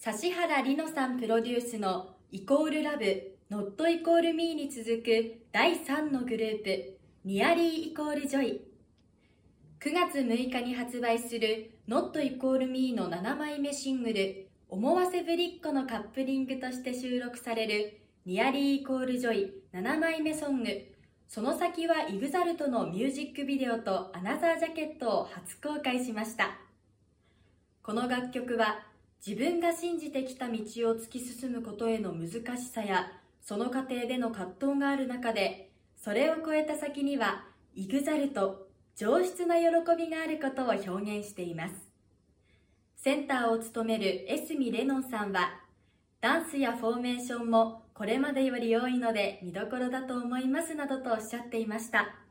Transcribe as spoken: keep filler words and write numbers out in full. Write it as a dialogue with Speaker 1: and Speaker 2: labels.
Speaker 1: 指原莉乃さんプロデュースのイコールラブ、ノットイコールミーに続くだいさんのグループ、ニアリーイコールジョイ。くがつむいかに発売するノットイコールミーのななまいめシングル、思わせぶりっ子のカップリングとして収録されるニアリーイコールジョイななまいめソング、その先はイグザルトのミュージックビデオとアナザージャケットを初公開しました。この楽曲は自分が信じてきた道を突き進むことへの難しさやその過程での葛藤がある中で、それを超えた先にはイグザルト、上質な喜びがあることを表現しています。センターを務める江角レノンさんは、ダンスやフォーメーションもこれまでより多いので見どころだと思いますなどとおっしゃっていました。